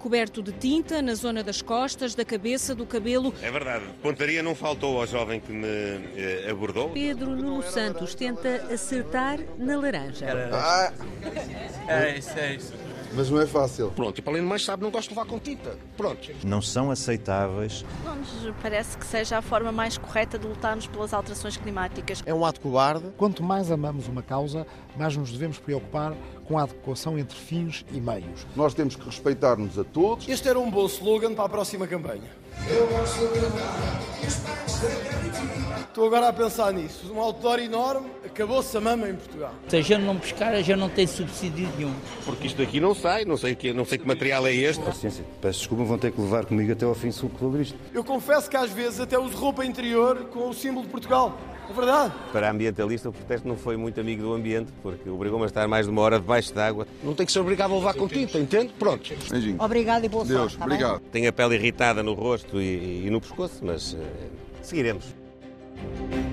coberto de tinta na zona das costas, da cabeça, do cabelo. É verdade, pontaria não faltou ao jovem que me abordou. Pedro Nuno Santos tenta acertar na laranja. É isso. Mas não é fácil. Pronto, e para além de mais sabe, não gosto de levar com tinta. Pronto. Não são aceitáveis. Não nos parece que seja a forma mais correta de lutarmos pelas alterações climáticas. É um ato cobarde. Quanto mais amamos uma causa, mais nos devemos preocupar com a adequação entre fins e meios. Nós temos que respeitar-nos a todos. Este era um bom slogan para a próxima campanha. Estou agora a pensar nisso. Um outdoor enorme, acabou-se a mama em Portugal. Se a gente não pescar, a gente não tem subsídio nenhum. Porque isto aqui não sai, não sei que material é este. Paciência, peço desculpa, vão ter que levar comigo até ao fim sobre isto. Eu confesso que às vezes até uso roupa interior com o símbolo de Portugal. É verdade. Para a ambientalista, o protesto não foi muito amigo do ambiente, porque obrigou-me a estar mais de uma hora debaixo d'água. Não tem que ser obrigado a levar com tinta, entende? Pronto. Beijinho. Obrigado e boa sorte. Deus, obrigado. Tenho a pele irritada no rosto e no pescoço, mas seguiremos.